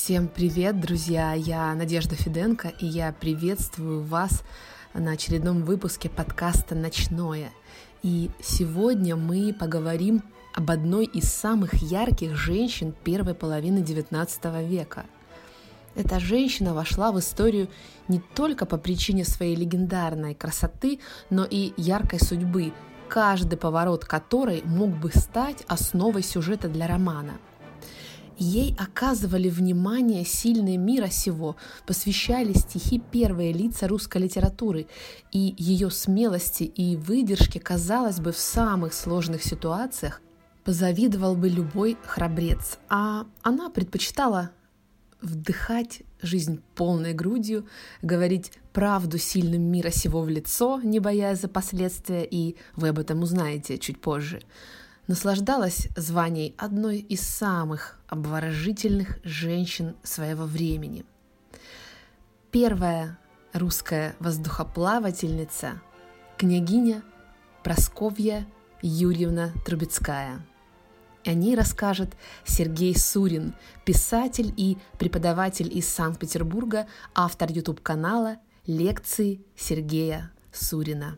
Всем привет, друзья! Я Надежда Фиденко, и я приветствую вас на очередном выпуске подкаста «Ночное». И сегодня мы поговорим об одной из самых ярких женщин первой половины XIX века. Эта женщина вошла в историю не только по причине своей легендарной красоты, но и яркой судьбы, каждый поворот которой мог бы стать основой сюжета для романа. Ей оказывали внимание сильные мира сего, посвящали стихи первые лица русской литературы, и ее смелости и выдержке, казалось бы, в самых сложных ситуациях позавидовал бы любой храбрец. А она предпочитала вдыхать жизнь полной грудью, говорить правду сильным мира сего в лицо, не боясь за последствия, и вы об этом узнаете чуть позже. Наслаждалась званием одной из самых обворожительных женщин своего времени. Первая русская воздухоплавательница – княгиня Прасковья Юрьевна Трубецкая. О ней расскажет Сергей Сурин, писатель и преподаватель из Санкт-Петербурга, автор YouTube-канала «Лекции Сергея Сурина».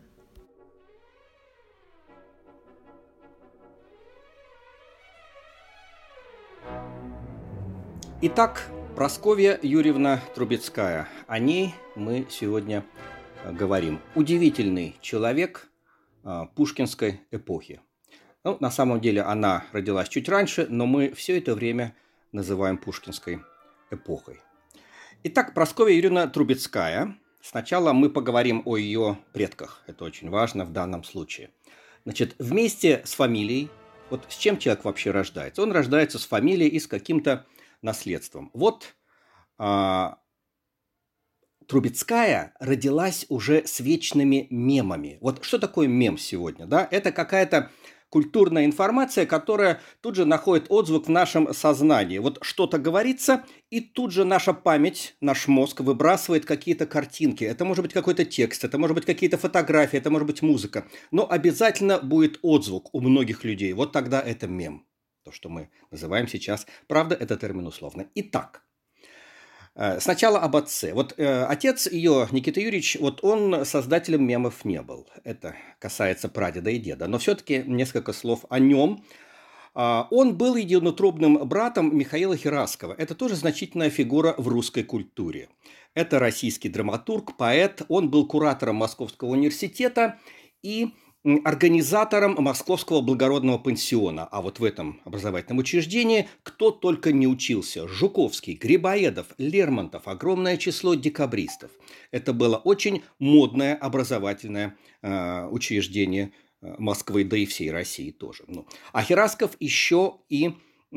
Итак, Прасковья Юрьевна Трубецкая. О ней мы сегодня говорим. Удивительный человек пушкинской эпохи. На самом деле она родилась чуть раньше, но мы все это время называем пушкинской эпохой. Итак, Прасковья Юрьевна Трубецкая. Сначала мы поговорим о ее предках. Это очень важно в данном случае. Значит, вместе с фамилией, вот с чем человек вообще рождается? Он рождается с фамилией и с каким-то наследством. Вот Трубецкая родилась уже с вечными мемами. Вот что такое мем сегодня? Да? Это какая-то культурная информация, которая тут же находит отзвук в нашем сознании. Вот что-то говорится, и тут же наша память, наш мозг выбрасывает какие-то картинки. Это может быть какой-то текст, это может быть какие-то фотографии, это может быть музыка. Но обязательно будет отзвук у многих людей. Вот тогда это мем. То, что мы называем сейчас. Правда, это термин условно. Итак, сначала об отце. Вот отец ее, Никита Юрьевич, вот он создателем мемов не был. Это касается прадеда и деда. Но все-таки несколько слов о нем. Он был единоутробным братом Михаила Хераскова. Это тоже значительная фигура в русской культуре. Это российский драматург, поэт. Он был куратором Московского университета и организатором Московского благородного пансиона. А вот в этом образовательном учреждении кто только не учился. Жуковский, Грибоедов, Лермонтов, огромное число декабристов. Это было очень модное образовательное учреждение Москвы, да и всей России тоже. А Херасков еще и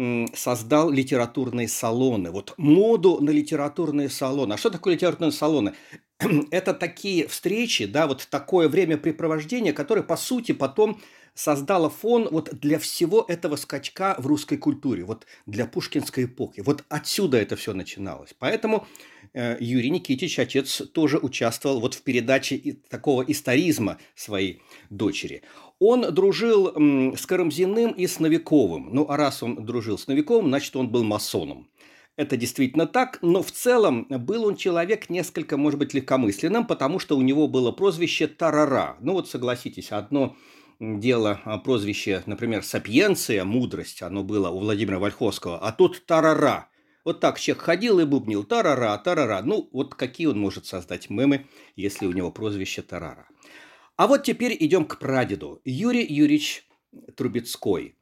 создал литературные салоны. Вот моду на литературные салоны. А что такое литературные салоны? Это такие встречи, да, вот такое времяпрепровождение, которое, по сути, потом создало фон вот для всего этого скачка в русской культуре, вот для пушкинской эпохи. Вот отсюда это все начиналось. Поэтому Юрий Никитич, отец, тоже участвовал вот в передаче такого историзма своей дочери. Он дружил с Карамзиным и с Новиковым. Ну, а раз он дружил с Новиковым, значит, он был масоном. Это действительно так, но в целом был он человек несколько, может быть, легкомысленным, потому что у него было прозвище Тарара. Ну вот согласитесь, одно дело прозвище, например, Сапиенция, мудрость, оно было у Владимира Вольховского, а тут Тарара. Вот так человек ходил и бубнил Тарара, Тарара. Ну вот какие он может создать мемы, если у него прозвище Тарара. А вот теперь идем к прадеду. Юрий Юрьевич Трубецкой.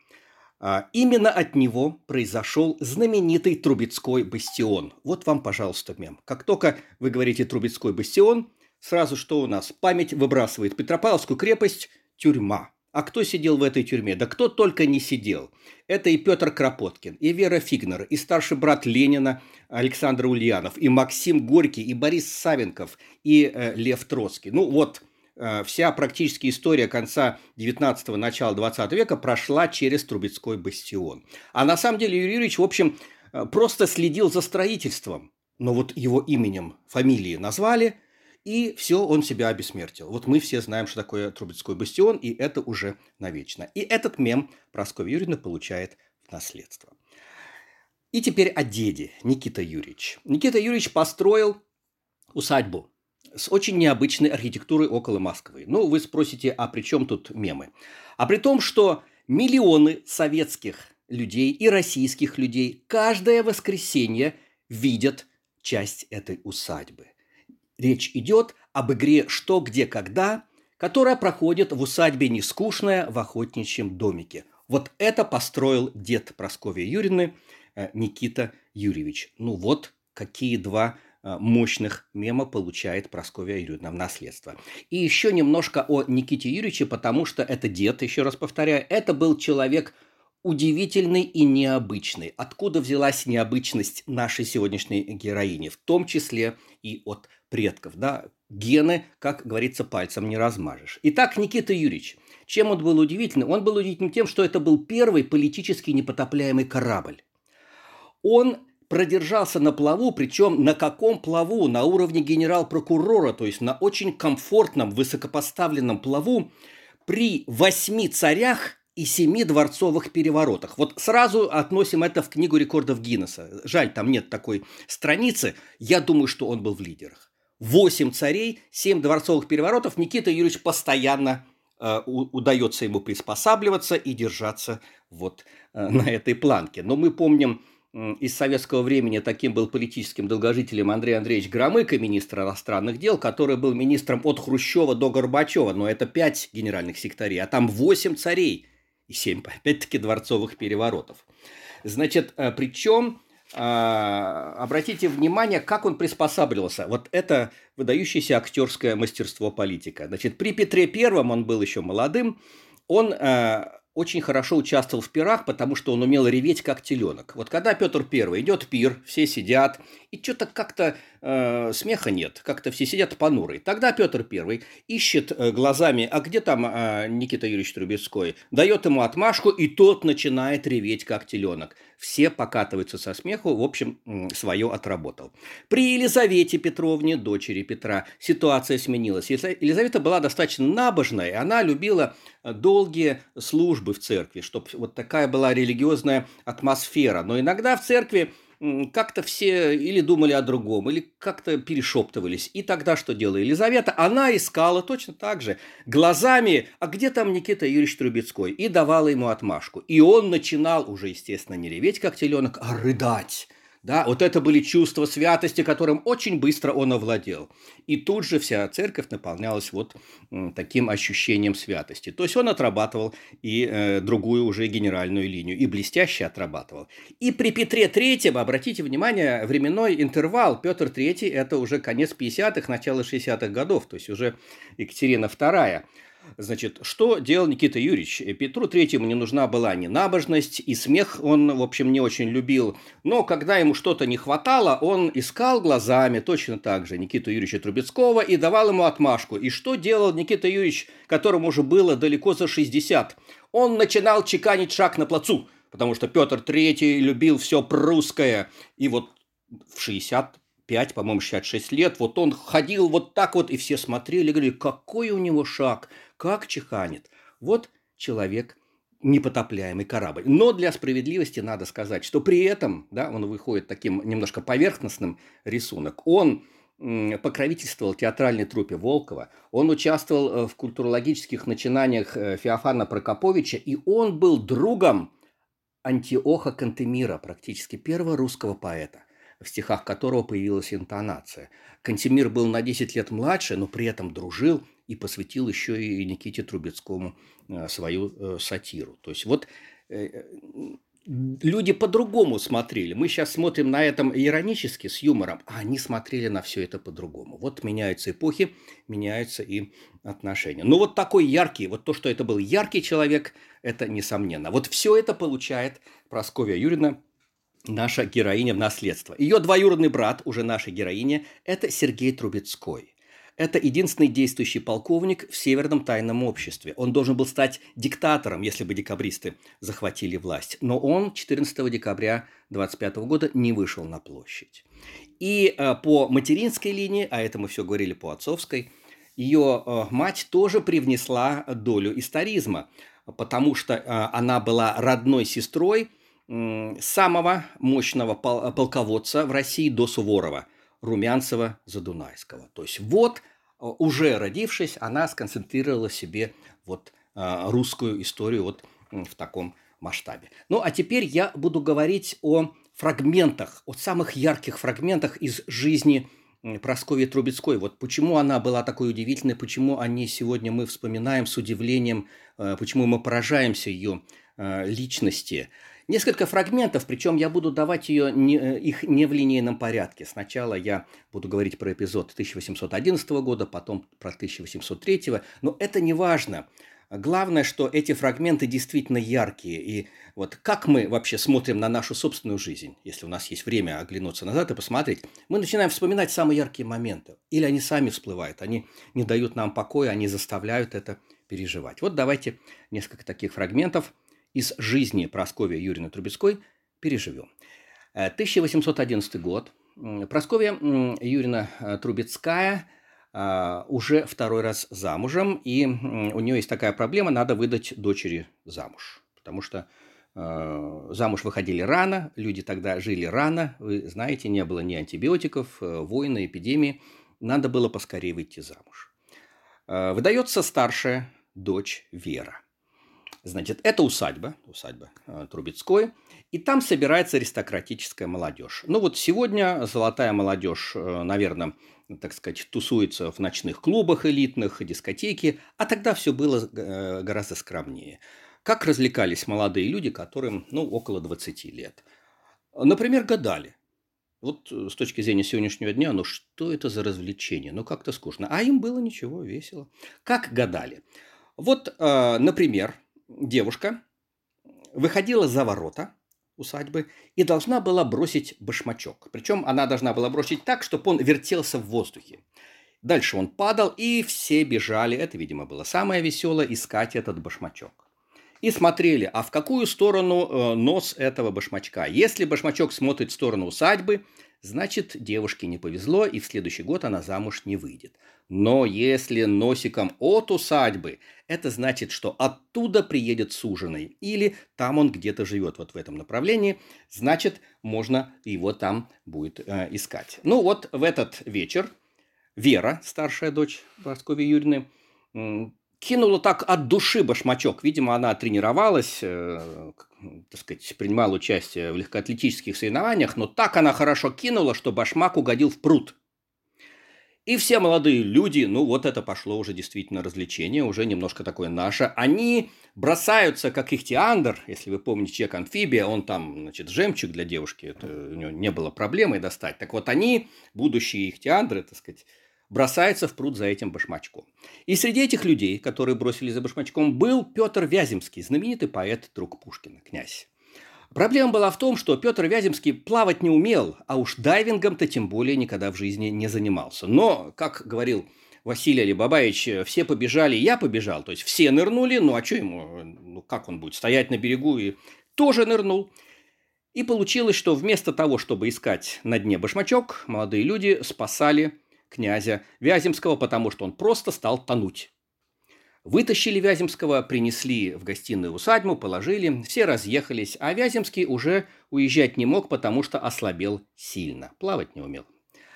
Именно от него произошел знаменитый Трубецкой бастион. Вот вам, пожалуйста, мем. Как только вы говорите Трубецкой бастион, сразу что у нас? Память выбрасывает Петропавловскую крепость, тюрьма. А кто сидел в этой тюрьме? Да кто только не сидел. Это и Петр Кропоткин, и Вера Фигнер, и старший брат Ленина Александр Ульянов, и Максим Горький, и Борис Савенков, и Лев Троцкий. Ну вот, вся практически история конца 19-го, начала 20 века прошла через Трубецкой бастион. А на самом деле Юрий Юрьевич, в общем, просто следил за строительством. Но вот его именем, фамилии назвали, и все, он себя обессмертил. Вот мы все знаем, что такое Трубецкой бастион, и это уже навечно. И этот мем Прасковья Юрьевна получает в наследство. И теперь о деде Никита Юрьевич. Никита Юрьевич построил усадьбу с очень необычной архитектурой около Москвы. Ну, вы спросите, а при чем тут мемы? А при том, что миллионы советских людей и российских людей каждое воскресенье видят часть этой усадьбы. Речь идет об игре «Что, где, когда», которая проходит в усадьбе Нескучная в Охотничьем домике. Вот это построил дед Прасковьи Юрьевны Никита Юрьевич. Ну вот какие два мощных мема получает Прасковья Юрьевна в наследство. И еще немножко о Никите Юрьевиче, потому что это дед, еще раз повторяю, это был человек удивительный и необычный. Откуда взялась необычность нашей сегодняшней героини, в том числе и от предков, да? Гены, как говорится, пальцем не размажешь. Итак, Никита Юрьевич. Чем он был удивительный? Он был удивительным тем, что это был первый политически непотопляемый корабль. Он продержался на плаву, причем на каком плаву? На уровне генерал-прокурора, то есть на очень комфортном, высокопоставленном плаву при 8 царях и 7 дворцовых переворотах. Вот сразу относим это в книгу рекордов Гиннесса. Жаль, там нет такой страницы. Я думаю, что он был в лидерах. 8 царей, 7 дворцовых переворотов. Никита Юрьевич постоянно удается ему приспосабливаться и держаться вот на этой планке. Но мы помним из советского времени таким был политическим долгожителем Андрей Андреевич Громыко, министр иностранных дел, который был министром от Хрущева до Горбачева. Но это 5 генеральных секретарей, а там 8 царей и 7, опять-таки, дворцовых переворотов. Значит, причем, обратите внимание, как он приспосабливался. Вот это выдающееся актерское мастерство политика. Значит, при Петре Первом, он был еще молодым, он очень хорошо участвовал в пирах, потому что он умел реветь, как теленок. Вот когда Петр Первый идет пир, все сидят, и что-то как-то смеха нет, как-то все сидят понурые. Тогда Петр Первый ищет глазами, а где там Никита Юрьевич Трубецкой? Дает ему отмашку, и тот начинает реветь, как теленок. Все покатываются со смеху, в общем, свое отработал. При Елизавете Петровне, дочери Петра, ситуация сменилась. Елизавета была достаточно набожной, она любила долгие службы в церкви, чтобы вот такая была религиозная атмосфера. Но иногда в церкви как-то все или думали о другом, или как-то перешептывались. И тогда что делала Елизавета? Она искала точно так же глазами, а где там Никита Юрьевич Трубецкой? И давала ему отмашку. И он начинал уже, естественно, не реветь, как теленок, а рыдать. Да, вот это были чувства святости, которым очень быстро он овладел. И тут же вся церковь наполнялась вот таким ощущением святости. То есть он отрабатывал и другую уже генеральную линию, и блестяще отрабатывал. И при Петре Третьем, обратите внимание, временной интервал, Петр Третий – это уже конец 50-х, начало 60-х годов, то есть уже Екатерина II. Значит, что делал Никита Юрьевич? Петру Третьему не нужна была ни набожность, и смех он, в общем, не очень любил. Но когда ему что-то не хватало, он искал глазами точно так же Никиту Юрьевича Трубецкого и давал ему отмашку. И что делал Никита Юрьевич, которому уже было далеко за 60? Он начинал чеканить шаг на плацу, потому что Петр Третий любил все прусское. И вот в 65, по-моему, 66 лет, вот он ходил вот так вот, и все смотрели, говорили, какой у него шаг, как чеканит. Вот человек, непотопляемый корабль. Но для справедливости надо сказать, что при этом, да, он выходит таким немножко поверхностным рисунок, он покровительствовал театральной труппе Волкова, он участвовал в культурологических начинаниях Феофана Прокоповича, и он был другом Антиоха Кантемира, практически первого русского поэта, в стихах которого появилась интонация. Кантемир был на 10 лет младше, но при этом дружил и посвятил еще и Никите Трубецкому свою сатиру. То есть вот люди по-другому смотрели. Мы сейчас смотрим на этом иронически, с юмором, а они смотрели на все это по-другому. Вот меняются эпохи, меняются и отношения. Но вот такой яркий, вот то, что это был яркий человек, это несомненно. Вот все это получает Прасковья Юрьевна, наша героиня в наследство. Ее двоюродный брат, уже нашей героине, это Сергей Трубецкой. Это единственный действующий полковник в Северном тайном обществе. Он должен был стать диктатором, если бы декабристы захватили власть. Но он 14 декабря 25 года не вышел на площадь. И по материнской линии, а это мы все говорили по отцовской, ее мать тоже привнесла долю историзма, потому что она была родной сестрой самого мощного полководца в России до Суворова, Румянцева-Задунайского. То есть вот, уже родившись, она сконцентрировала в себе вот русскую историю вот в таком масштабе. Ну, а теперь я буду говорить о фрагментах, о самых ярких фрагментах из жизни Прасковьи Трубецкой. Вот почему она была такой удивительной, почему о ней сегодня мы вспоминаем с удивлением, почему мы поражаемся ее личности. Несколько фрагментов, причем я буду давать их не в линейном порядке. Сначала я буду говорить про эпизод 1811 года, потом про 1803, но это не важно. Главное, что эти фрагменты действительно яркие. И вот как мы вообще смотрим на нашу собственную жизнь, если у нас есть время оглянуться назад и посмотреть, мы начинаем вспоминать самые яркие моменты. Или они сами всплывают, они не дают нам покоя, они заставляют это переживать. Вот давайте несколько таких фрагментов из жизни Прасковьи Юрьевны Трубецкой переживем. 1811 год. Прасковья Юрьевна Трубецкая уже второй раз замужем, и у нее есть такая проблема, надо выдать дочери замуж, потому что замуж выходили рано, люди тогда жили рано, вы знаете, не было ни антибиотиков, войны, эпидемии, надо было поскорее выйти замуж. Выдается старшая дочь Вера. Значит, это усадьба Трубецкой, и там собирается аристократическая молодежь. Ну вот сегодня золотая молодежь, наверное, так сказать, тусуется в ночных клубах элитных, дискотеки, а тогда все было гораздо скромнее. Как развлекались молодые люди, которым, около 20 лет? Например, гадали. Вот с точки зрения сегодняшнего дня, что это за развлечение? Как-то скучно. А им было ничего, весело. Как гадали? Вот, например, девушка выходила за ворота усадьбы и должна была бросить башмачок. Причем она должна была бросить так, чтобы он вертелся в воздухе. Дальше он падал, и все бежали, это, видимо, было самое веселое, искать этот башмачок. И смотрели, а в какую сторону нос этого башмачка. Если башмачок смотрит в сторону усадьбы, значит, девушке не повезло, и в следующий год она замуж не выйдет. Но если носиком от усадьбы, это значит, что оттуда приедет суженый, или там он где-то живет, вот в этом направлении, значит, можно его там будет искать. Вот в этот вечер Вера, старшая дочь Прасковьи Юрьевны, кинула так от души башмачок. Видимо, она тренировалась, так сказать, принимала участие в легкоатлетических соревнованиях, но так она хорошо кинула, что башмак угодил в пруд. И все молодые люди, это пошло уже действительно развлечение, уже немножко такое наше. Они бросаются, как ихтиандр, если вы помните Чек-амфибия, он там, жемчуг для девушки, это у него не было проблемой достать. Так вот они, будущие ихтиандры, так сказать, бросается в пруд за этим башмачком. И среди этих людей, которые бросились за башмачком, был Петр Вяземский, знаменитый поэт, друг Пушкина, князь. Проблема была в том, что Петр Вяземский плавать не умел, а уж дайвингом-то тем более никогда в жизни не занимался. Но, как говорил Василий Алибабаевич, все побежали, я побежал. То есть все нырнули, а что ему, как он будет стоять на берегу, и тоже нырнул. И получилось, что вместо того, чтобы искать на дне башмачок, молодые люди спасали князя Вяземского, потому что он просто стал тонуть. Вытащили Вяземского, принесли в гостиную усадьбу, положили, все разъехались, а Вяземский уже уезжать не мог, потому что ослабел сильно, плавать не умел.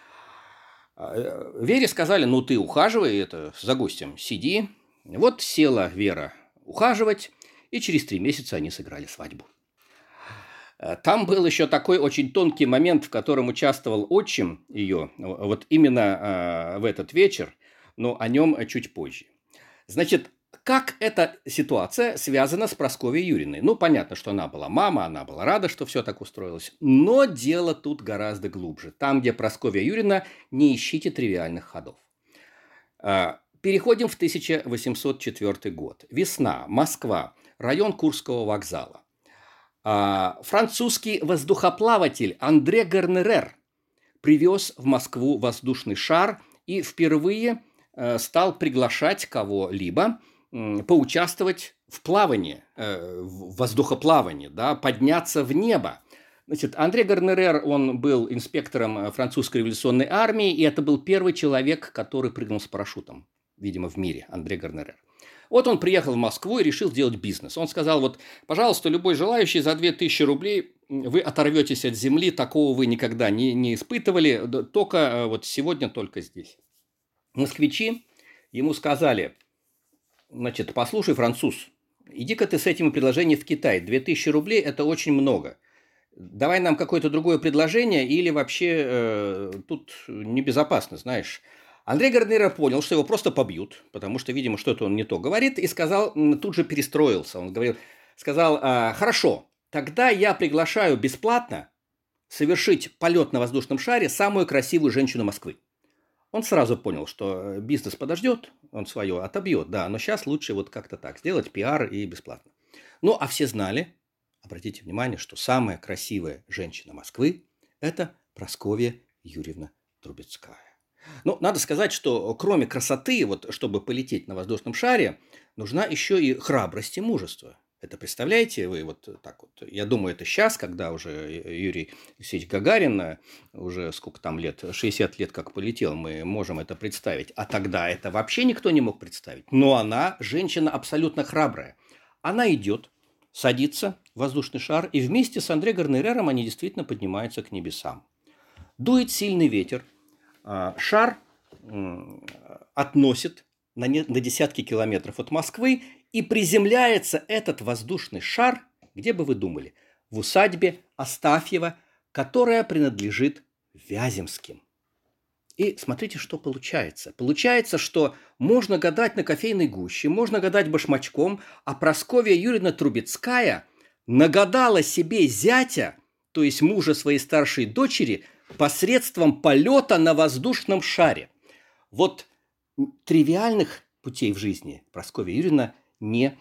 Вере сказали, ты ухаживай, за гостем сиди. Вот села Вера ухаживать, и через 3 месяца они сыграли свадьбу. Там был еще такой очень тонкий момент, в котором участвовал отчим ее, вот именно в этот вечер, но о нем чуть позже. Значит, как эта ситуация связана с Прасковьей Юрьевной? Понятно, что она была мама, она была рада, что все так устроилось, но дело тут гораздо глубже. Там, где Прасковья Юрьевна, не ищите тривиальных ходов. Переходим в 1804 год. Весна, Москва, район Курского вокзала. Французский воздухоплаватель Андре Гарнерер привез в Москву воздушный шар и впервые стал приглашать кого-либо поучаствовать в плавании, в воздухоплавании, подняться в небо. Значит, Андре Гарнерер, он был инспектором французской революционной армии, и это был первый человек, который прыгнул с парашютом, видимо, в мире, Андре Гарнерер. Вот он приехал в Москву и решил сделать бизнес. Он сказал, вот, пожалуйста, любой желающий за 2000 рублей вы оторветесь от земли, такого вы никогда не испытывали, только вот сегодня, только здесь. Москвичи ему сказали, значит, послушай, француз, иди-ка ты с этими предложениями в Китай, 2000 рублей – это очень много. Давай нам какое-то другое предложение или вообще тут небезопасно, знаешь. Андрей Гарнера понял, что его просто побьют, потому что, видимо, что-то он не то говорит, и сказал, тут же перестроился. Он сказал, хорошо, тогда я приглашаю бесплатно совершить полет на воздушном шаре самую красивую женщину Москвы. Он сразу понял, что бизнес подождет, он свое отобьет, да, но сейчас лучше вот как-то так сделать, пиар и бесплатно. Ну, а все знали, обратите внимание, что самая красивая женщина Москвы – это Прасковья Юрьевна Трубецкая. Ну, надо сказать, что кроме красоты, вот, чтобы полететь на воздушном шаре, нужна еще и храбрость и мужество. Это представляете вы вот так вот? Я думаю, это сейчас, когда уже Юрий Алексеевич Гагарин, уже сколько там лет, 60 лет как полетел, мы можем это представить. А тогда это вообще никто не мог представить. Но она, женщина абсолютно храбрая. Она идет, садится в воздушный шар, и вместе с Андре Гарнерером они действительно поднимаются к небесам. Дует сильный ветер, шар относит на десятки километров от Москвы, и приземляется этот воздушный шар, где бы вы думали, в усадьбе Астафьева, которая принадлежит Вяземским. И смотрите, что получается. Получается, что можно гадать на кофейной гуще, можно гадать башмачком, а Прасковья Юрьевна Трубецкая нагадала себе зятя, то есть мужа своей старшей дочери, посредством полета на воздушном шаре. Вот тривиальных путей в жизни Прасковья Юрьевна не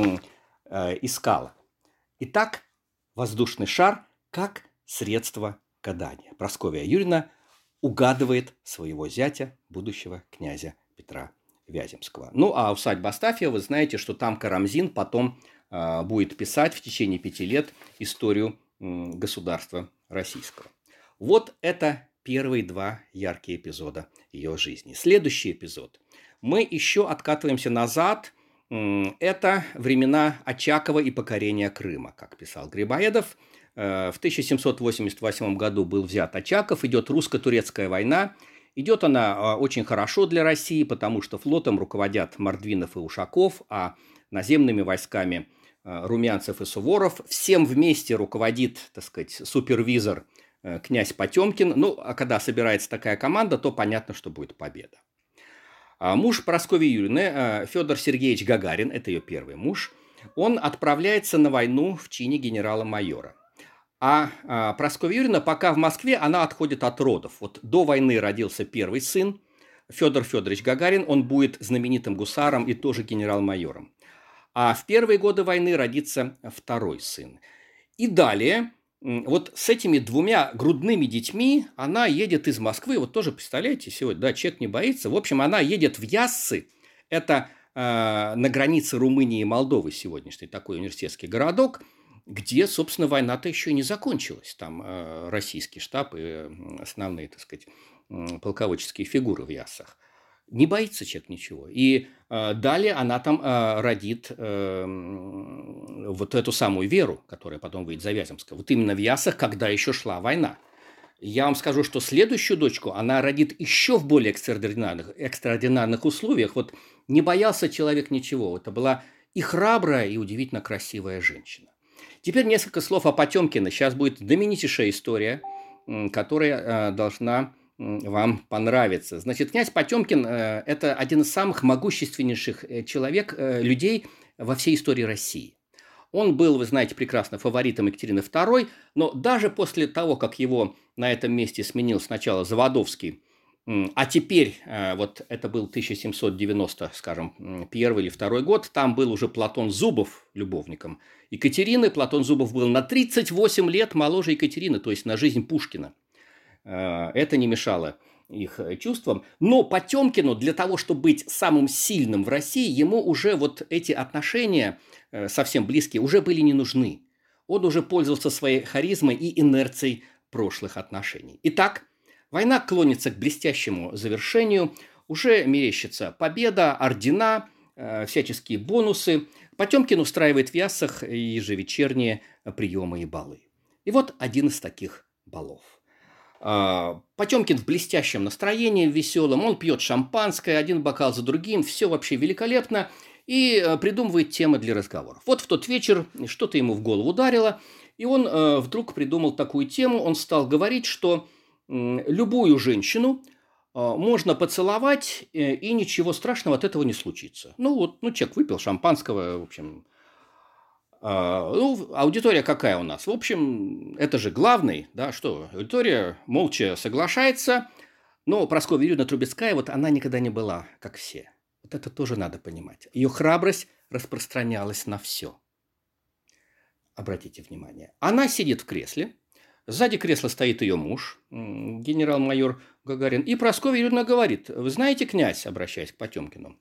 искала. Итак, воздушный шар как средство гадания. Прасковья Юрьевна угадывает своего зятя, будущего князя Петра Вяземского. Ну, а усадьба Астафьева, вы знаете, что там Карамзин потом будет писать в течение 5 лет историю государства российского. Вот это первые 2 яркие эпизода ее жизни. Следующий эпизод. Мы еще откатываемся назад. Это времена Очакова и покорения Крыма, как писал Грибоедов. В 1788 году был взят Очаков, идет русско-турецкая война. Идет она очень хорошо для России, потому что флотом руководят Мордвинов и Ушаков, а наземными войсками Румянцев и Суворов. Всем вместе руководит, так сказать, супервизор князь Потемкин. Ну, а когда собирается такая команда, то понятно, что будет победа. Муж Прасковьи Юрьевны, Федор Сергеевич Гагарин, это ее первый муж, он отправляется на войну в чине генерала-майора. А Прасковья Юрьевна пока в Москве, она отходит от родов. Вот до войны родился первый сын, Федор Федорович Гагарин, он будет знаменитым гусаром и тоже генерал-майором. А в первые годы войны родится второй сын. И далее, вот с этими 2 грудными детьми она едет из Москвы, вот тоже, представляете, сегодня, да, человек не боится. В общем, она едет в Яссы, это на границе Румынии и Молдовы сегодняшний такой университетский городок, где, собственно, война-то еще не закончилась. Там российский штаб и основные, так сказать, полководческие фигуры в Яссах. Не боится человек ничего. И далее она там родит вот эту самую Веру, которая потом выйдет за Вяземского. Вот именно в Яссах, когда еще шла война. Я вам скажу, что следующую дочку она родит еще в более экстраординарных условиях. Вот не боялся человек ничего. Это была и храбрая, и удивительно красивая женщина. Теперь несколько слов о Потемкине. Сейчас будет знаменитейшая история, которая должна вам понравится. Значит, князь Потемкин – это один из самых могущественнейших людей во всей истории России. Он был, вы знаете прекрасно, фаворитом Екатерины II, но даже после того, как его на этом месте сменил сначала Заводовский, а теперь, вот это был 1790, скажем, 1 или 2 год, там был уже Платон Зубов любовником Екатерины. Платон Зубов был на 38 лет моложе Екатерины, то есть на жизнь Пушкина. Это не мешало их чувствам. Но Потемкину для того, чтобы быть самым сильным в России, ему уже вот эти отношения совсем близкие уже были не нужны. Он уже пользовался своей харизмой и инерцией прошлых отношений. Итак, война клонится к блестящему завершению. Уже мерещится победа, ордена. всяческие бонусы. Потемкин устраивает в Яссах ежевечерние приемы и балы. И вот один из таких балов. Потемкин в блестящем настроении, веселом, он пьет шампанское, один бокал за другим, все вообще великолепно, и придумывает темы для разговоров. Вот в тот вечер что-то ему в голову ударило, и он вдруг придумал такую тему, он стал говорить, что любую женщину можно поцеловать, и ничего страшного от этого не случится. Человек выпил шампанского, в общем. Аудитория какая у нас? В общем, это же главный, да, что аудитория молча соглашается, но Прасковья Юрьевна Трубецкая, вот она никогда не была, как все. Вот это тоже надо понимать. Ее храбрость распространялась на все. Обратите внимание. Она сидит в кресле, сзади кресла стоит ее муж, генерал-майор Гагарин, и Прасковья Юрьевна говорит: вы знаете, князь, обращаясь к Потемкину,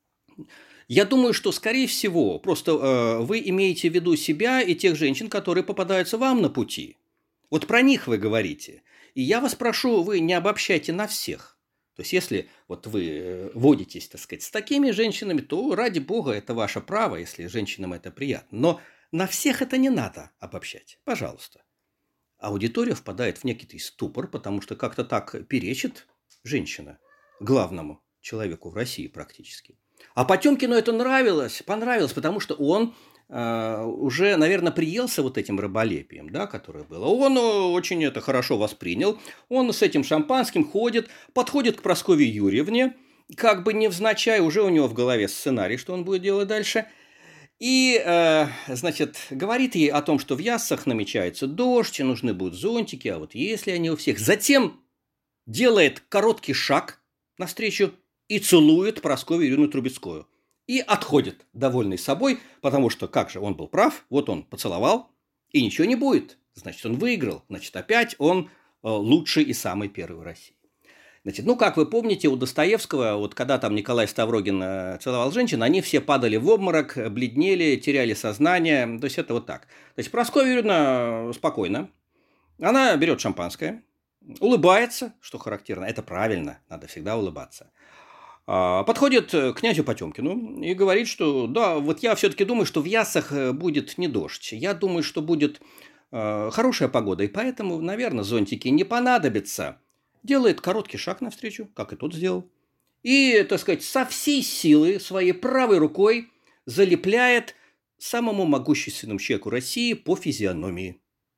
я думаю, что, скорее всего, просто вы имеете в виду себя и тех женщин, которые попадаются вам на пути. Вот про них вы говорите. И я вас прошу, вы не обобщайте на всех. То есть, если вот вы водитесь, так сказать, с такими женщинами, то, ради бога, это ваше право, если женщинам это приятно. Но на всех это не надо обобщать. Пожалуйста. Аудитория впадает в некий ступор, потому что как-то так перечит женщина главному человеку в России практически. А Потемкину это понравилось, потому что он уже, наверное, приелся вот этим раболепием, да, которое было. Он очень это хорошо воспринял. Он с этим шампанским ходит, подходит к Прасковье Юрьевне, как бы невзначай, уже у него в голове сценарий, что он будет делать дальше. И, говорит ей о том, что в Яссах намечается дождь, и нужны будут зонтики, а вот если они у всех. Затем делает короткий шаг навстречу и целует Прасковью Юрьевну Трубецкую. И отходит, довольный собой, потому что, как же, он был прав, вот он поцеловал, и ничего не будет. Значит, он выиграл, значит, опять он лучший и самый первый в России. Значит, как вы помните, у Достоевского, вот когда там Николай Ставрогин целовал женщин, они все падали в обморок, бледнели, теряли сознание, то есть это вот так. То есть Прасковья Юрьевна спокойно, она берет шампанское, улыбается, что характерно, это правильно, надо всегда улыбаться. Подходит к князю Потемкину и говорит, что да, вот я все-таки думаю, что в Яссах будет не дождь. Я думаю, что будет хорошая погода, и поэтому, наверное, зонтики не понадобятся. Делает короткий шаг навстречу, как и тот сделал. И, так сказать, со всей силы своей правой рукой залепляет самому могущественному человеку России по физиономии.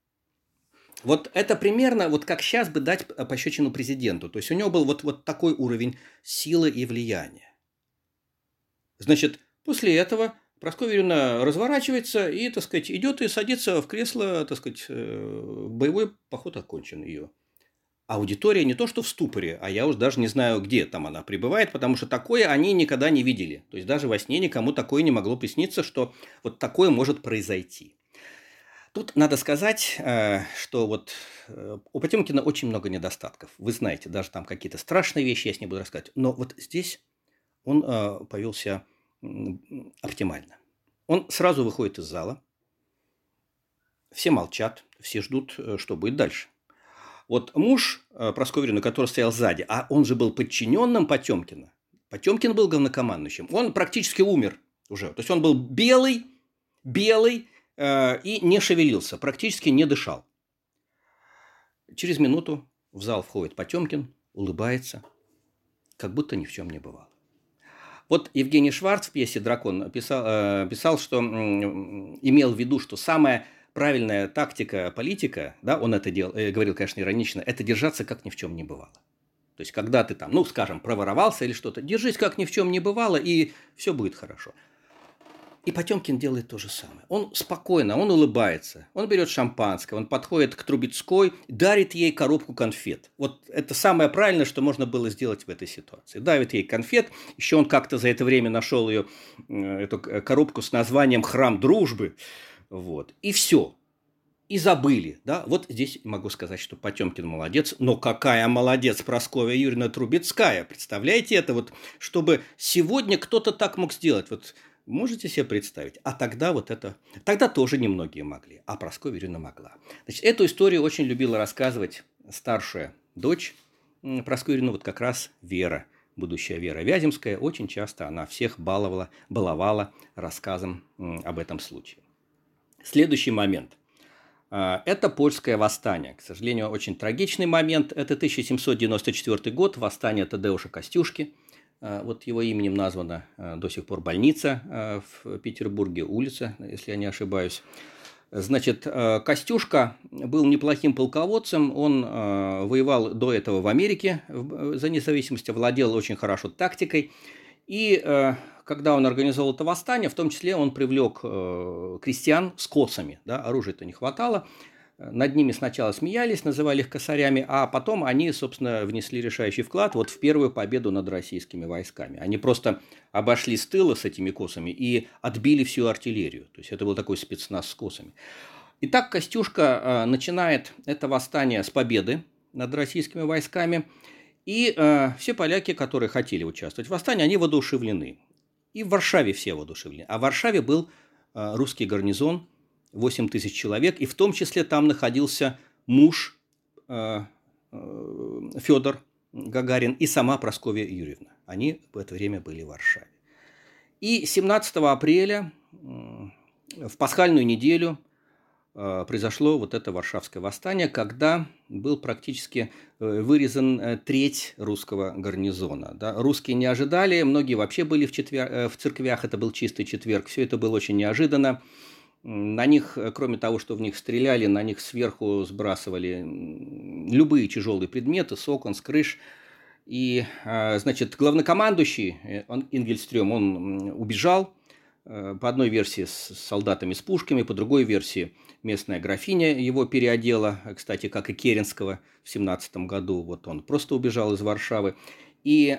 Вот это примерно, вот как сейчас бы дать пощечину президенту. То есть у него был вот такой уровень силы и влияния. Значит, после этого Прасковья Юрьевна разворачивается и, так сказать, идет и садится в кресло, так сказать, боевой поход окончен ее. Аудитория не то что в ступоре, а я уж даже не знаю, где там она пребывает, потому что такое они никогда не видели. То есть даже во сне никому такое не могло присниться, что вот такое может произойти. Тут надо сказать, что вот у Потемкина очень много недостатков. Вы знаете, даже там какие-то страшные вещи я с ним буду рассказывать. Но вот здесь он повел себя оптимально. Он сразу выходит из зала, все молчат, все ждут, что будет дальше. Вот муж Прасковьи Юрьевны, который стоял сзади, а он же был подчиненным Потемкина. Потемкин был главнокомандующим. Он практически умер уже. То есть он был белый, и не шевелился, практически не дышал. Через минуту в зал входит Потемкин, улыбается, как будто ни в чем не бывало. Вот Евгений Шварц в пьесе «Дракон» писал, что имел в виду, что самая правильная тактика политика, да, он это говорил, конечно, иронично, это держаться, как ни в чем не бывало. То есть, когда ты там, скажем, проворовался или что-то, держись, как ни в чем не бывало, и все будет хорошо. И Потемкин делает то же самое. Он спокойно, он улыбается, он берет шампанское, он подходит к Трубецкой, дарит ей коробку конфет. Вот это самое правильное, что можно было сделать в этой ситуации. Дарит ей конфет, еще он как-то за это время нашел эту коробку с названием «Храм дружбы». Вот. И все. И забыли. Да? Вот здесь могу сказать, что Потемкин молодец. Но какая молодец Прасковья Юрьевна Трубецкая. Представляете это? Вот, чтобы сегодня кто-то так мог сделать. Вот можете себе представить? А тогда тогда тоже немногие могли. А Прасковья Юрьевна могла. Значит, эту историю очень любила рассказывать старшая дочь Прасковьи Юрьевны, вот как раз Вера будущая Вера Вяземская, очень часто она всех баловала рассказом об этом случае. Следующий момент. Это польское восстание. К сожалению, очень трагичный момент. Это 1794 год, восстание Тадеуша Костюшки. Вот его именем названа до сих пор больница в Петербурге, улица, если я не ошибаюсь. Значит, Костюшка был неплохим полководцем, он воевал до этого в Америке за независимость, владел очень хорошо тактикой. И когда он организовал это восстание, в том числе он привлек крестьян с косами, да, оружия-то не хватало. Над ними сначала смеялись, называли их косарями, а потом они, собственно, внесли решающий вклад вот в первую победу над российскими войсками. Они просто обошли с тыла с этими косами и отбили всю артиллерию. То есть это был такой спецназ с косами. Итак, Костюшка начинает это восстание с победы над российскими войсками. И все поляки, которые хотели участвовать в восстании, они воодушевлены. И в Варшаве все воодушевлены. А в Варшаве был русский гарнизон, 8 тысяч человек, и в том числе там находился муж Федор Гагарин и сама Прасковья Юрьевна. Они в это время были в Варшаве. И 17 апреля, в пасхальную неделю, произошло вот это Варшавское восстание, когда был практически вырезан треть русского гарнизона. Да. Русские не ожидали, многие вообще были в церквях, это был чистый четверг, все это было очень неожиданно. На них, кроме того, что в них стреляли, на них сверху сбрасывали любые тяжелые предметы, с окон, с крыш. И, значит, главнокомандующий Ингельстрём, он убежал, по одной версии с солдатами с пушками, по другой версии местная графиня его переодела, кстати, как и Керенского в 17 году. Вот он просто убежал из Варшавы. И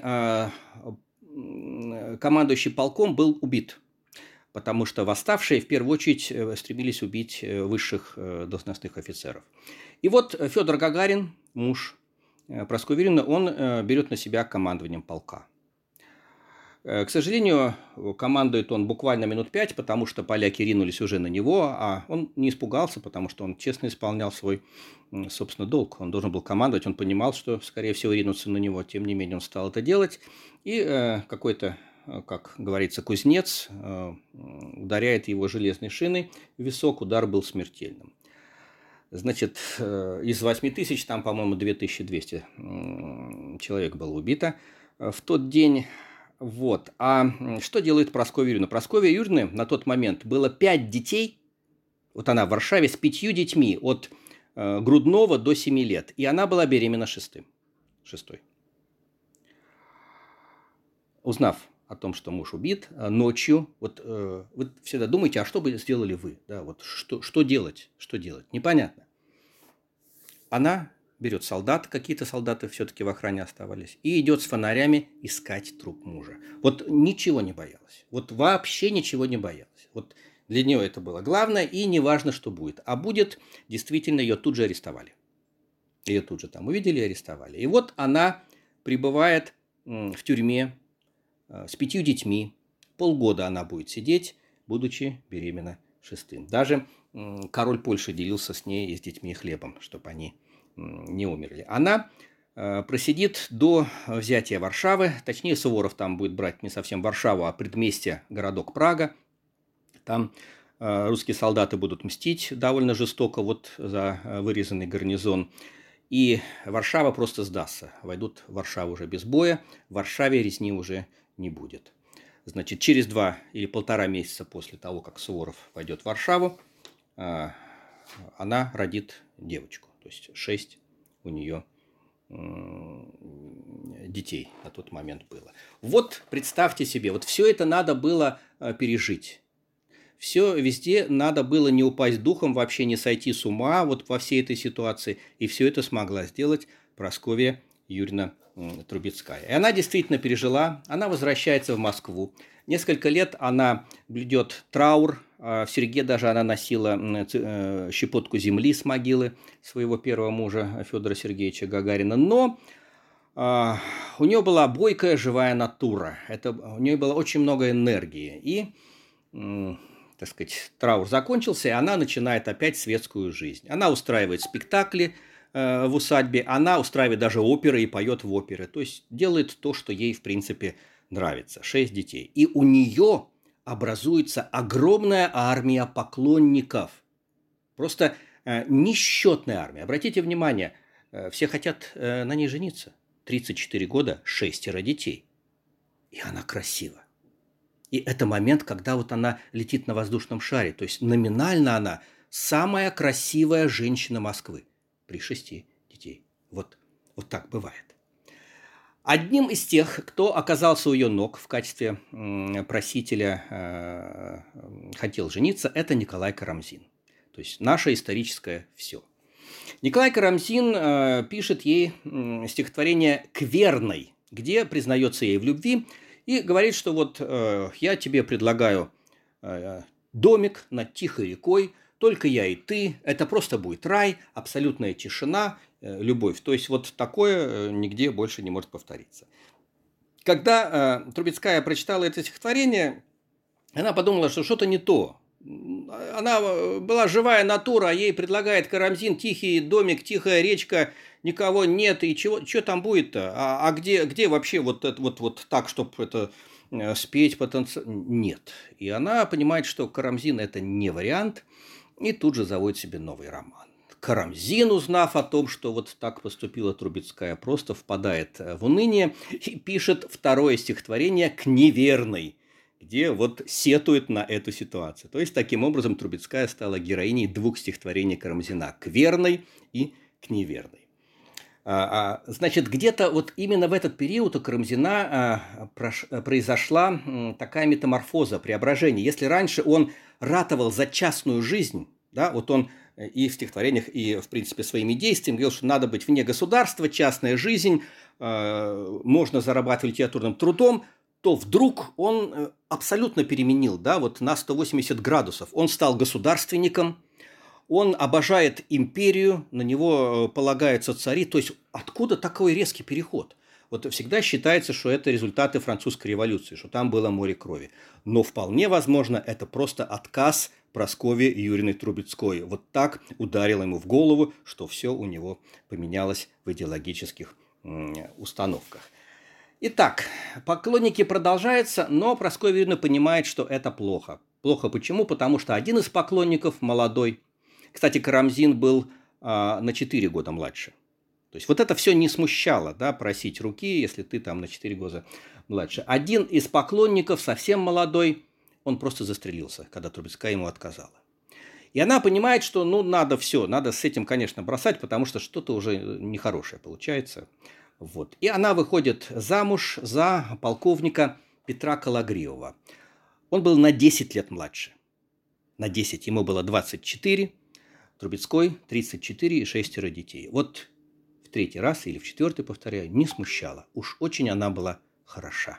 командующий полком был убит, потому что восставшие в первую очередь стремились убить высших должностных офицеров. И вот Федор Гагарин, муж Прасковьи Юрьевны, он берет на себя командованием полка. К сожалению, командует он буквально минут 5, потому что поляки ринулись уже на него, а он не испугался, потому что он честно исполнял свой, собственно, долг. Он должен был командовать, он понимал, что, скорее всего, ринутся на него. Тем не менее, он стал это делать. И какой-то, как говорится, кузнец ударяет его железной шиной в висок. Удар был смертельным. Значит, из 8 тысяч, там, по-моему, 2200 человек было убито в тот день. Вот. А что делает Прасковья Юрьевна? Прасковья Юрьевна на тот момент было 5 детей. Вот она в Варшаве с 5 детьми от грудного до 7 лет. И она была беременна шестой. Узнав о том, что муж убит, ночью, вот вы всегда думаете, а что бы сделали вы? Да, вот что делать? Что делать? Непонятно. Она берет солдат, какие-то солдаты все-таки в охране оставались, и идет с фонарями искать труп мужа. Вот ничего не боялась. Вот вообще ничего не боялась. Вот для нее это было главное, и не важно, что будет. А будет, действительно, ее тут же арестовали. Ее тут же там увидели и арестовали. И вот она пребывает в тюрьме с 5 детьми. Полгода она будет сидеть, будучи беременна шестым. Даже король Польши делился с ней и с детьми хлебом, чтобы они не умерли. Она просидит до взятия Варшавы, точнее Суворов там будет брать не совсем Варшаву, а предместье, городок Прага. Там русские солдаты будут мстить довольно жестоко вот за вырезанный гарнизон. И Варшава просто сдастся. Войдут в Варшаву уже без боя. В Варшаве резни уже не будет. Значит, через 2 или 1,5 месяца после того, как Суворов войдет в Варшаву, она родит девочку. То есть 6 у нее детей на тот момент было. Вот представьте себе, вот все это надо было пережить. Все везде надо было не упасть духом, вообще не сойти с ума вот во всей этой ситуации. И все это смогла сделать Прасковья Юрьевна Трубецкая. И она действительно пережила, она возвращается в Москву. Несколько лет она блюдет траур. В серьге даже она носила щепотку земли с могилы своего первого мужа Федора Сергеевича Гагарина. Но у нее была бойкая живая натура. У нее было очень много энергии. И, так сказать, траур закончился, и она начинает опять светскую жизнь. Она устраивает спектакли в усадьбе, она устраивает даже оперы и поет в оперы. То есть делает то, что ей, в принципе, нравится. 6 детей. И у нее образуется огромная армия поклонников. Просто несчетная армия. Обратите внимание, все хотят на ней жениться. 34 года, 6 детей. И она красива. И это момент, когда вот она летит на воздушном шаре. То есть номинально она самая красивая женщина Москвы при 6 детей. Вот так бывает. Одним из тех, кто оказался у ее ног в качестве просителя, хотел жениться, это Николай Карамзин. То есть наше историческое все. Николай Карамзин пишет ей стихотворение «К верной», где признается ей в любви и говорит, что вот я тебе предлагаю домик над тихой рекой, только я и ты, это просто будет рай, абсолютная тишина, любовь. То есть вот такое нигде больше не может повториться. Когда Трубецкая прочитала это стихотворение, она подумала, что что-то не то. Она была живая натура, а ей предлагает Карамзин тихий домик, тихая речка, никого нет, и что там будет-то? А где вообще вот так, чтобы это спеть, потанцевать? Нет. И она понимает, что Карамзин – это не вариант, и тут же заводит себе новый роман. Карамзин, узнав о том, что вот так поступила Трубецкая, просто впадает в уныние и пишет второе стихотворение «К неверной», где вот сетует на эту ситуацию. То есть, таким образом, Трубецкая стала героиней 2 стихотворений Карамзина «К верной» и «К неверной». Значит, где-то вот именно в этот период у Карамзина произошла такая метаморфоза, преображение. Если раньше он ратовал за частную жизнь, да, вот он и в стихотворениях, и, в принципе, своими действиями говорил, что надо быть вне государства, частная жизнь, можно зарабатывать литературным трудом, то вдруг он абсолютно переменил, да, вот на 180 градусов. Он стал государственником, он обожает империю, на него полагаются цари. То есть откуда такой резкий переход? Вот всегда считается, что это результаты французской революции, что там было море крови. Но вполне возможно, это просто отказ Прасковьи Юрьевны Трубецкой. Вот так ударило ему в голову, что все у него поменялось в идеологических установках. Итак, поклонники продолжаются, но Прасковья Юрьевна понимает, что это плохо. Плохо почему? Потому что один из поклонников, молодой, кстати, Карамзин был на 4 года младше. То есть вот это все не смущало, да, просить руки, если ты там на 4 года младше. Один из поклонников, совсем молодой, он просто застрелился, когда Трубецкая ему отказала. И она понимает, что надо с этим, конечно, бросать, потому что что-то уже нехорошее получается. Вот. И она выходит замуж за полковника Петра Калагриева. Он был на 10 лет младше. На 10 ему было 24, Трубецкой 34 и 6 детей. Вот в 3-й раз или в 4-й, повторяю, не смущала. Уж очень она была хороша.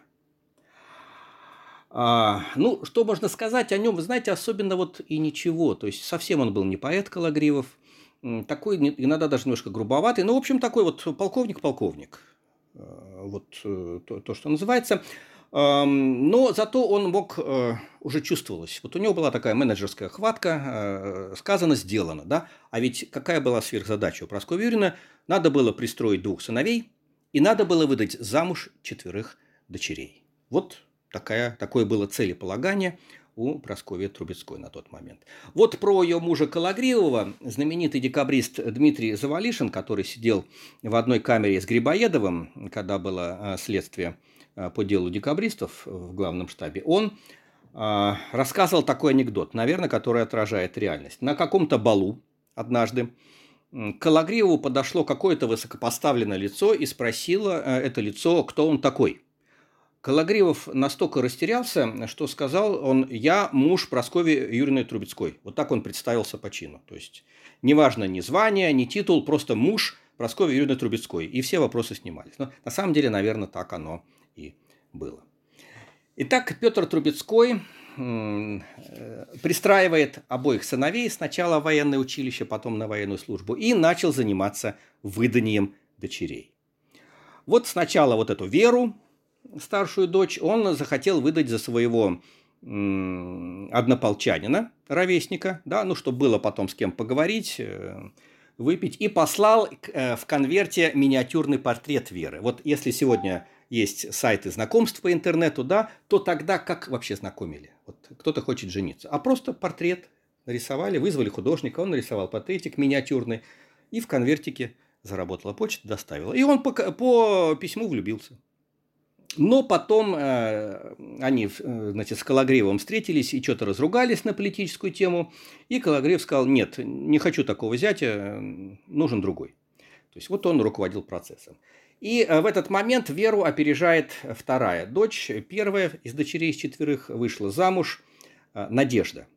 Что можно сказать о нем? Вы знаете, особенно вот и ничего. То есть совсем он был не поэт Калагриев. Такой иногда даже немножко грубоватый. В общем, такой вот полковник. Вот то, что называется. Но зато он мог, уже чувствовалось. Вот у него была такая менеджерская хватка, сказано, сделано, да? А ведь какая была сверхзадача у Прасковьи Юрьевны? Надо было пристроить 2 сыновей, и надо было выдать замуж 4 дочерей. Вот такое было целеполагание у Прасковьи Трубецкой на тот момент. Вот про ее мужа Калагриева знаменитый декабрист Дмитрий Завалишин, который сидел в одной камере с Грибоедовым, когда было следствие по делу декабристов в главном штабе, он рассказывал такой анекдот, наверное, который отражает реальность. На каком-то балу однажды к Калагриеву подошло какое-то высокопоставленное лицо и спросило это лицо, кто он такой. Калагриев настолько растерялся, что сказал он: «Я муж Прасковьи Юрьевны Трубецкой». Вот так он представился по чину. То есть неважно ни звание, ни титул, просто муж Прасковьи Юрьевны Трубецкой. И все вопросы снимались. Но на самом деле, наверное, так оно и было. Итак, Петр Трубецкой пристраивает обоих сыновей сначала в военное училище, потом на военную службу, и начал заниматься выданием дочерей. Вот сначала вот эту Веру, старшую дочь, он захотел выдать за своего однополчанина, ровесника, да, чтобы было потом с кем поговорить, выпить и послал в конверте миниатюрный портрет Веры. Вот если сегодня есть сайты знакомств по интернету, да, то тогда как вообще знакомили? Вот кто-то хочет жениться, а просто портрет нарисовали, вызвали художника, он нарисовал портретик миниатюрный, и в конвертике заработала почта, доставила. И он по письму влюбился. Но потом они, значит, с Кологривом встретились и что-то разругались на политическую тему. И Кологрив сказал: нет, не хочу такого зятя, нужен другой. То есть вот он руководил процессом. И в этот момент Веру опережает вторая дочь. Первая из дочерей из 4 вышла замуж, Надежда.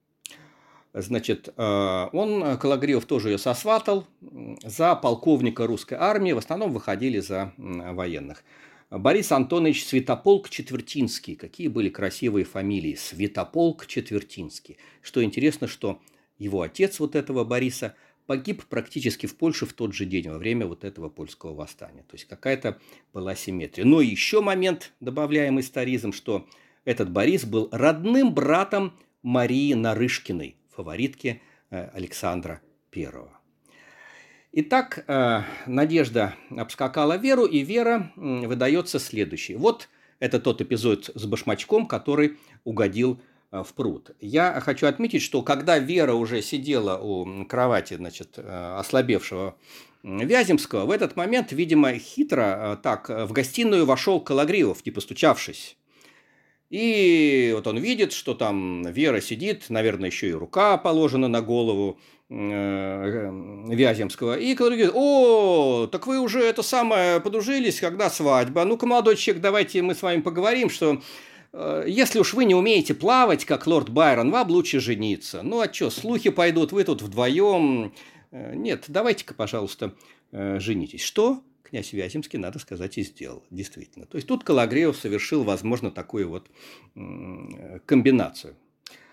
Значит, он, Кологривов, тоже ее сосватал за полковника русской армии. В основном выходили за военных. Борис Антонович Святополк-Четвертинский. Какие были красивые фамилии. Святополк-Четвертинский. Что интересно, что его отец вот этого Бориса погиб практически в Польше в тот же день, во время вот этого польского восстания. То есть какая-то была симметрия. Но еще момент, добавляем историзм, что этот Борис был родным братом Марии Нарышкиной, фаворитки Александра I. Итак, Надежда обскакала Веру, и Вера выдается следующей. Вот это тот эпизод с башмачком, который угодил в пруд. Я хочу отметить, что когда Вера уже сидела у кровати, значит, ослабевшего Вяземского, в этот момент, видимо, хитро так в гостиную вошел Кологривов, не постучавшись. И вот он видит, что там Вера сидит, наверное, еще и рука положена на голову Вяземского. И Кологрив говорит: о, так вы уже это самое подружились, когда свадьба. Ну-ка, молодой человек, давайте мы с вами поговорим, что если уж вы не умеете плавать, как лорд Байрон, вам лучше жениться. Ну, а что, слухи пойдут, вы тут вдвоем. Нет, давайте-ка, пожалуйста, женитесь. Что князь Вяземский, надо сказать, и сделал. Действительно. То есть тут Кологривов совершил, возможно, такую вот комбинацию.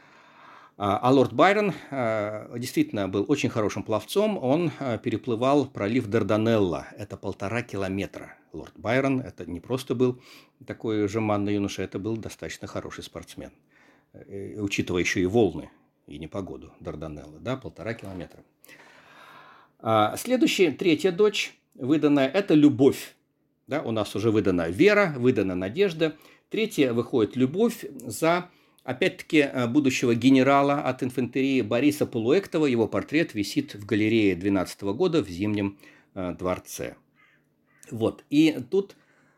А лорд Байрон действительно был очень хорошим пловцом. Он переплывал пролив Дарданелла. Это 1,5 километра. Лорд Байрон это не просто был такой жеманный юноша, это был достаточно хороший спортсмен. Учитывая еще и волны и непогоду Дарданелла. Да, 1,5 километра. Следующая, третья дочь выданная, это Любовь. Да, у нас уже выдана Вера, выдана Надежда. Третья выходит Любовь за, опять-таки, будущего генерала от инфантерии Бориса Полуэктова. Его портрет висит в галерее 12 года в Зимнем дворце. Вот. И тут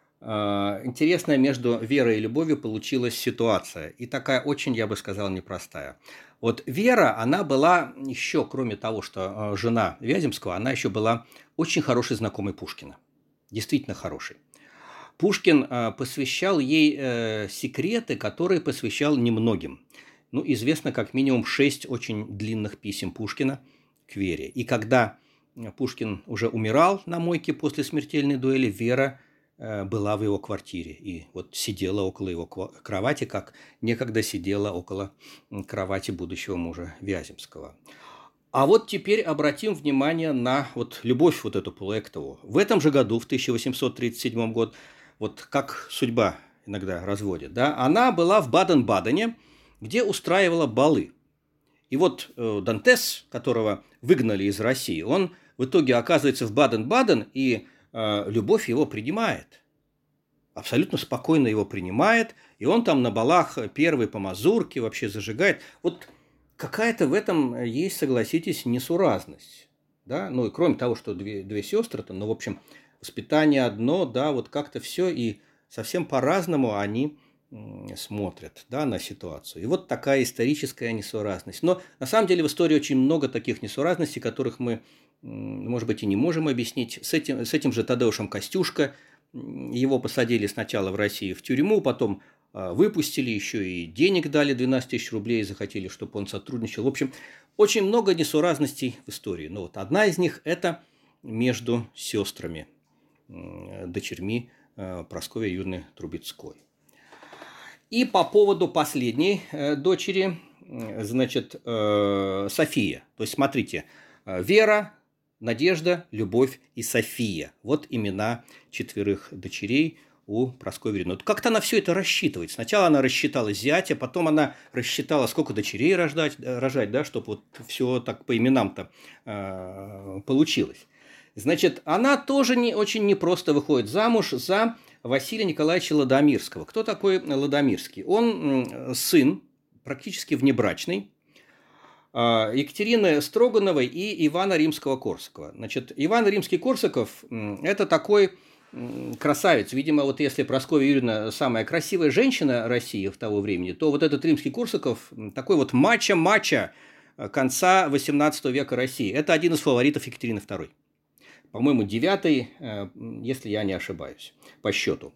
интересная между Верой и Любовью получилась ситуация. И такая очень, я бы сказал, непростая. Вот Вера, она была еще, кроме того, что жена Вяземского, она еще была очень хорошей знакомой Пушкина. Действительно хорошей. Пушкин посвящал ей секреты, которые посвящал немногим. Ну, известно как минимум 6 очень длинных писем Пушкина к Вере. И когда Пушкин уже умирал на мойке после смертельной дуэли, Вера была в его квартире и вот сидела около его кровати, как некогда сидела около кровати будущего мужа Вяземского. А вот теперь обратим внимание на вот Любовь вот эту Полуэктову. В этом же году, в 1837 году, вот как судьба иногда разводит, да, она была в Баден-Бадене, где устраивала балы. И вот Дантес, которого выгнали из России, он в итоге оказывается в Баден-Баден, и Любовь его принимает. Абсолютно спокойно его принимает, и он там на балах первый по мазурке вообще зажигает. Вот какая-то в этом есть, согласитесь, несуразность. Да? Ну и кроме того, что две сестры-то, ну, в общем, воспитание одно, да, вот как-то все, и совсем по-разному они смотрят, да, на ситуацию. И вот такая историческая несуразность. Но на самом деле в истории очень много таких несуразностей, которых мы, может быть, и не можем объяснить. С этим же Тадеушем Костюшко. Его посадили сначала в России в тюрьму, потом выпустили, еще и денег дали 12 тысяч рублей, захотели, чтобы он сотрудничал. В общем, очень много несуразностей в истории. Но вот одна из них – это между сестрами, дочерьми Прасковьи Юрьевны Трубецкой. И по поводу последней дочери, значит, София. То есть, смотрите, Вера, Надежда, Любовь и София. Вот имена 4 дочерей у Прасковьи Юрьевны. Вот как-то она все это рассчитывает. Сначала она рассчитала зятя, потом она рассчитала, сколько дочерей рожать, да, чтобы вот все так по именам-то получилось. Значит, она тоже очень непросто выходит замуж за Василия Николаевича Ладомирского. Кто такой Ладомирский? Он сын, практически внебрачный, Екатерины Строгановой и Ивана Римского-Корсакова. Значит, Иван Римский-Корсаков – это такой красавец. Видимо, вот если Прасковья Юрьевна самая красивая женщина России в того времени, то вот этот Римский-Корсаков такой вот мачо конца XVIII века России. Это один из фаворитов Екатерины II. По-моему, 9-й, если я не ошибаюсь, по счету.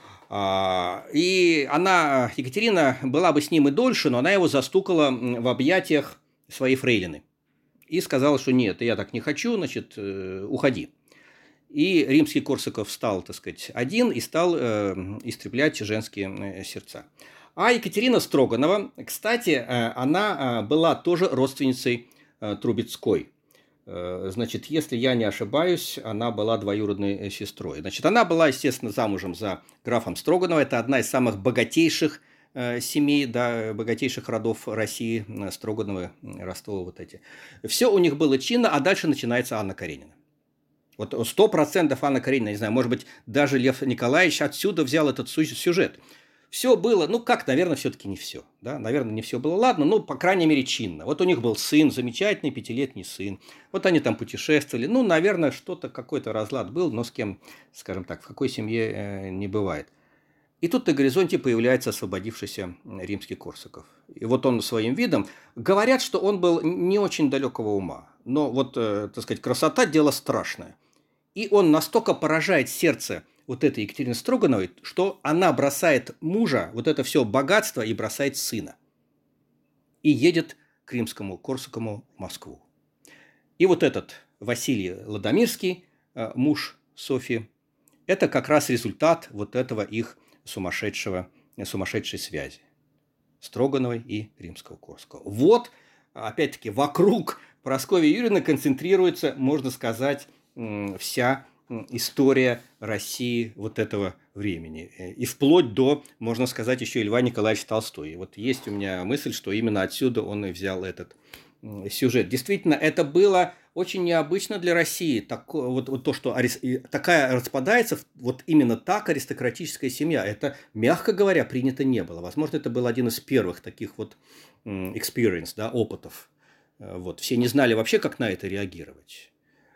И она, Екатерина, была бы с ним и дольше, но она его застукала в объятиях своей фрейлины. И сказала, что нет, я так не хочу, значит, уходи. И Римский-Корсаков стал, так сказать, один и стал истреблять женские сердца. А Екатерина Строганова, кстати, она была тоже родственницей Трубецкой. Значит, если я не ошибаюсь, она была двоюродной сестрой. Значит, она была, естественно, замужем за графом Строгановым. Это одна из самых богатейших семей, да, богатейших родов России, Строгановы, Ростовы, вот эти. Все у них было чинно, а дальше начинается Анна Каренина. Вот 100% Анна Каренина, не знаю, может быть, даже Лев Николаевич отсюда взял этот сюжет. Все было, ну как, наверное, все-таки не все. Да? Наверное, не все было ладно, но, по крайней мере, чинно. Вот у них был сын, замечательный 5-летний сын. Вот они там путешествовали. Ну, наверное, что-то, какой-то разлад был, но с кем, скажем так, в какой семье не бывает. И тут на горизонте появляется освободившийся Римский-Корсаков. И вот он своим видом... Говорят, что он был не очень далекого ума. Но вот, так сказать, красота – дело страшное. И он настолько поражает сердце вот этой Екатерины Строгановой, что она бросает мужа, вот это все богатство, и бросает сына. И едет к Римскому Корсакову в Москву. И вот этот Василий Ладомирский, муж Софьи, это как раз результат вот этого их сумасшедшей связи Строгановой и Римского Корсакова. Вот, опять-таки, вокруг Прасковьи Юрьевны концентрируется, можно сказать, вся история России вот этого времени. И вплоть до, можно сказать, еще и Льва Николаевича Толстого. И вот есть у меня мысль, что именно отсюда он и взял этот сюжет. Действительно, это было очень необычно для России. Вот то, что такая распадается, вот именно так аристократическая семья. Это, мягко говоря, принято не было. Возможно, это был один из первых таких вот experience, да, опытов. Вот. Все не знали вообще, как на это реагировать.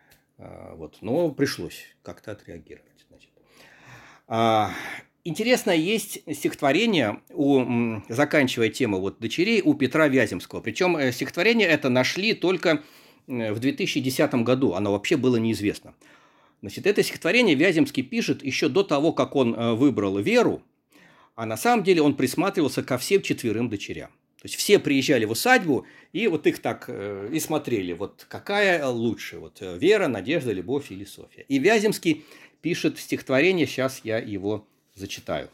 Вот. Но пришлось как-то отреагировать. Значит. Интересно, есть стихотворение, заканчивая тему вот дочерей, у Петра Вяземского. Причем стихотворение это нашли только в 2010 году. Оно вообще было неизвестно. Значит, это стихотворение Вяземский пишет еще до того, как он выбрал Веру, а на самом деле он присматривался ко всем 4 дочерям. То есть все приезжали в усадьбу, и вот их так и смотрели, вот какая лучше, вот Вера, Надежда, Любовь или Софья. И Вяземский пишет стихотворение, сейчас я его зачитаю.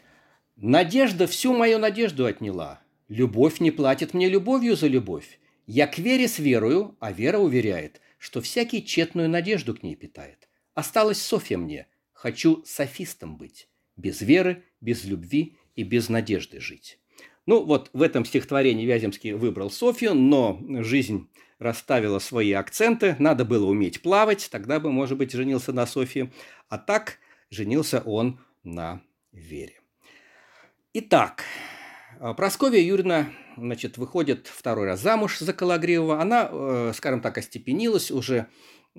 «Надежда всю мою надежду отняла, любовь не платит мне любовью за любовь. Я к Вере с верою, а Вера уверяет, что всякий тщетную надежду к ней питает. Осталась Софья мне, хочу софистом быть, без веры, без любви и без надежды жить». Ну, вот в этом стихотворении Вяземский выбрал Софью, но жизнь расставила свои акценты. Надо было уметь плавать, тогда бы, может быть, женился на Софье. А так женился он на Вере. Итак, Прасковья Юрьевна, значит, выходит 2-й раз замуж за Кологривова. Она, скажем так, остепенилась, уже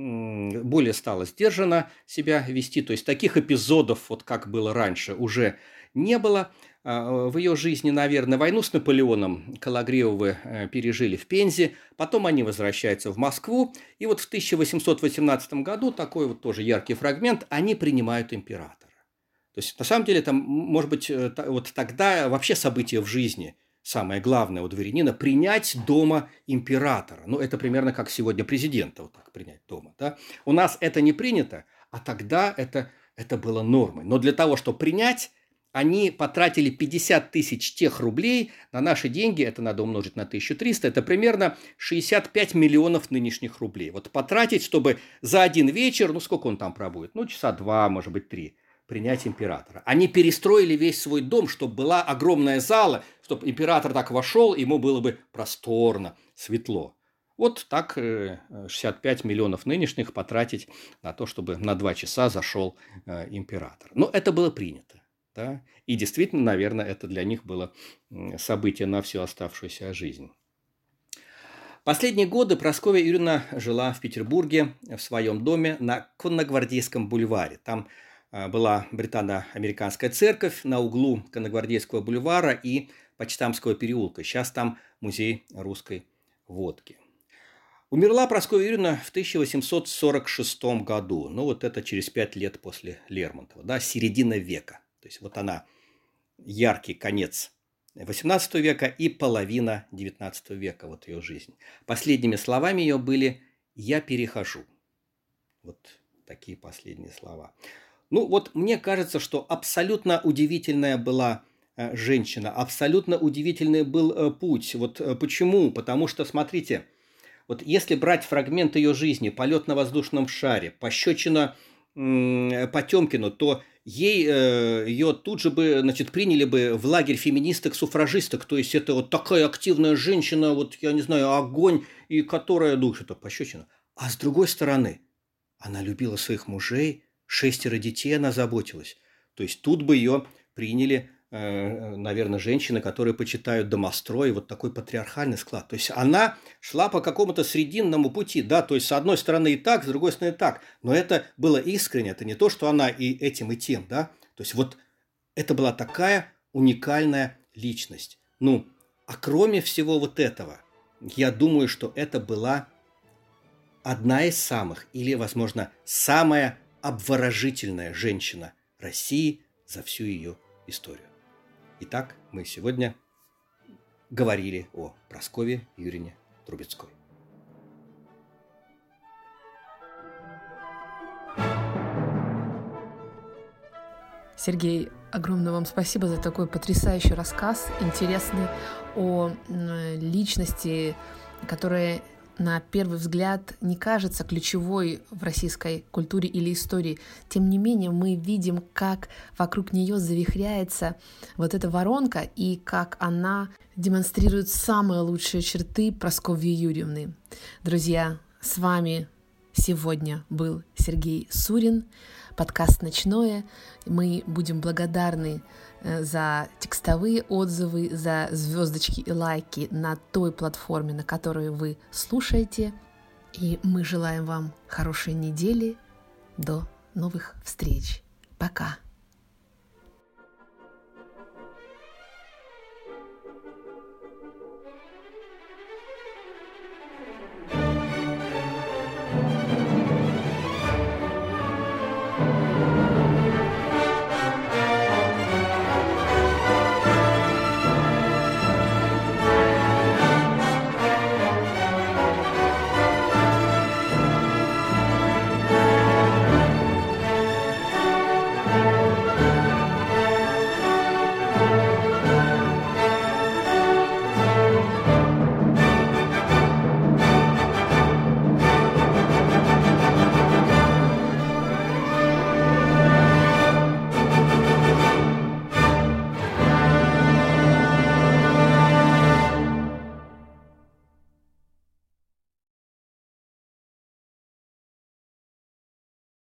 более стала сдержанно себя вести. То есть таких эпизодов, вот как было раньше, уже не было. В ее жизни, наверное, войну с Наполеоном Кологривовы пережили в Пензе, потом они возвращаются в Москву, и вот в 1818 году, такой вот тоже яркий фрагмент, они принимают императора. То есть, на самом деле, там, может быть, вот тогда вообще событие в жизни, самое главное у дворянина, принять дома императора. Ну, это примерно как сегодня президента вот так принять дома. Да? У нас это не принято, а тогда это было нормой. Но для того, чтобы принять, они потратили 50 тысяч тех рублей, на наши деньги, это надо умножить на 1300, это примерно 65 миллионов нынешних рублей. Вот потратить, чтобы за один вечер, ну сколько он там пробует, ну часа 2, может быть 3, принять императора. Они перестроили весь свой дом, чтобы была огромная зала, чтобы император так вошел, ему было бы просторно, светло. Вот так 65 миллионов нынешних потратить на то, чтобы на 2 часа зашел император. Но это было принято. Да? И действительно, наверное, это для них было событие на всю оставшуюся жизнь. Последние годы Прасковья Юрьевна жила в Петербурге в своем доме на Конногвардейском бульваре. Там была британо-американская церковь на углу Конногвардейского бульвара и Почтамтского переулка. Сейчас там музей русской водки. Умерла Прасковья Юрьевна в 1846 году. Ну, вот это через 5 лет после Лермонтова. Да, середина века. То есть, вот она, яркий конец XVIII века и половина XIX века, вот ее жизнь. Последними словами ее были «я перехожу». Вот такие последние слова. Ну, вот мне кажется, что абсолютно удивительная была женщина, абсолютно удивительный был путь. Вот почему? Потому что, смотрите, вот если брать фрагмент ее жизни, полет на воздушном шаре, пощечина Потемкину, то ее тут же бы, значит, приняли бы в лагерь феминисток-суфражисток. То есть это вот такая активная женщина, вот я не знаю, огонь, и которая, ну, что-то пощечина. А с другой стороны, она любила своих мужей, 6 детей она заботилась. То есть тут бы ее приняли, наверное, женщины, которые почитают домострой, вот такой патриархальный склад. То есть она шла по какому-то срединному пути, да, то есть с одной стороны и так, с другой стороны и так. Но это было искренне, это не то, что она и этим, и тем, да. То есть вот это была такая уникальная личность. Ну, а кроме всего вот этого, я думаю, что это была одна из самых, или, возможно, самая обворожительная женщина России за всю ее историю. Итак, мы сегодня говорили о Прасковье Юрьевне Трубецкой. Сергей, огромное вам спасибо за такой потрясающий рассказ, интересный о личности, которая на первый взгляд не кажется ключевой в российской культуре или истории. Тем не менее, мы видим, как вокруг нее завихряется вот эта воронка и как она демонстрирует самые лучшие черты Прасковьи Юрьевны. Друзья, с вами сегодня был Сергей Сурин, подкаст «Ночное». Мы будем благодарны за текстовые отзывы, за звездочки и лайки на той платформе, на которой вы слушаете. И мы желаем вам хорошей недели. До новых встреч. Пока.